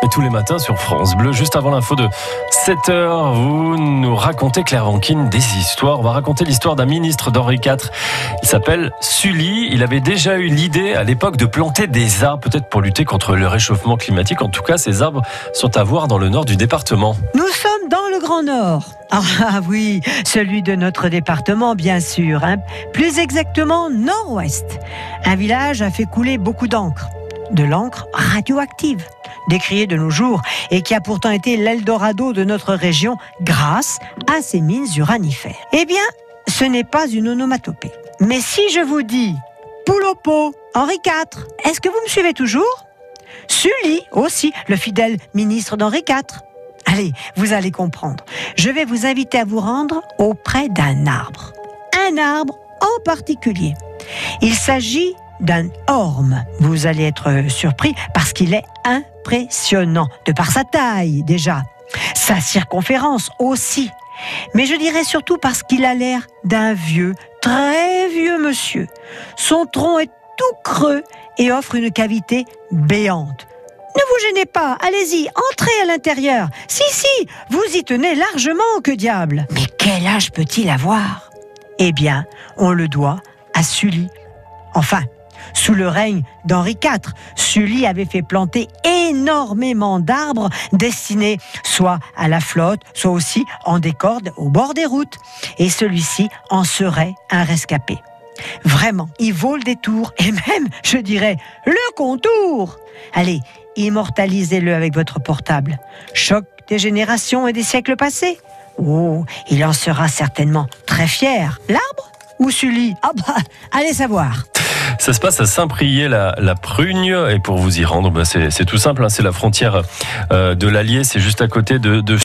tous les matins sur France Bleu. Juste avant l'info de 7h, vous nous racontez, Claire Vanquine, des histoires. On va raconter l'histoire d'un ministre d'Henri IV. Il s'appelle Sully. Il avait déjà eu l'idée à l'époque de planter des arbres, peut-être pour lutter contre le réchauffement climatique. En tout cas, ces arbres sont à voir dans le nord du département. Nous sommes dans le Grand Nord. Ah oui, celui de notre département, bien sûr. Plus exactement, nord-ouest. Un village a fait couler beaucoup d'encre. De l'encre radioactive, décriée de nos jours, et qui a pourtant été l'Eldorado de notre région grâce à ses mines uranifères. Eh bien, ce n'est pas une onomatopée. Mais si je vous dis poule au pot, Henri IV, est-ce que vous me suivez toujours ? Sully aussi, le fidèle ministre d'Henri IV. Allez, vous allez comprendre. Je vais vous inviter à vous rendre auprès d'un arbre. Un arbre en particulier. Il s'agit d'un orme. Vous allez être surpris parce qu'il est impressionnant, de par sa taille déjà, sa circonférence aussi. Mais je dirais surtout parce qu'il a l'air d'un vieux, très vieux monsieur. Son tronc est tout creux et offre une cavité béante. Ne vous gênez pas, allez-y, entrez à l'intérieur. Si, vous y tenez largement, que diable. Mais quel âge peut-il avoir ? Eh bien, on le doit à Sully. Enfin, sous le règne d'Henri IV, Sully avait fait planter énormément d'arbres destinés soit à la flotte, soit aussi en décorde au bord des routes. Et celui-ci en serait un rescapé. Vraiment, il vaut le détour et même, je dirais, le contour. Allez, immortalisez-le avec votre portable. Choc des générations et des siècles passés. Oh, il en sera certainement très fier. L'arbre ou Sully ? Ah bah, allez savoir. Ça se passe à Saint-Priest-la-Prugne, et pour vous y rendre, c'est tout simple, c'est la frontière de l'Allier, c'est juste à côté de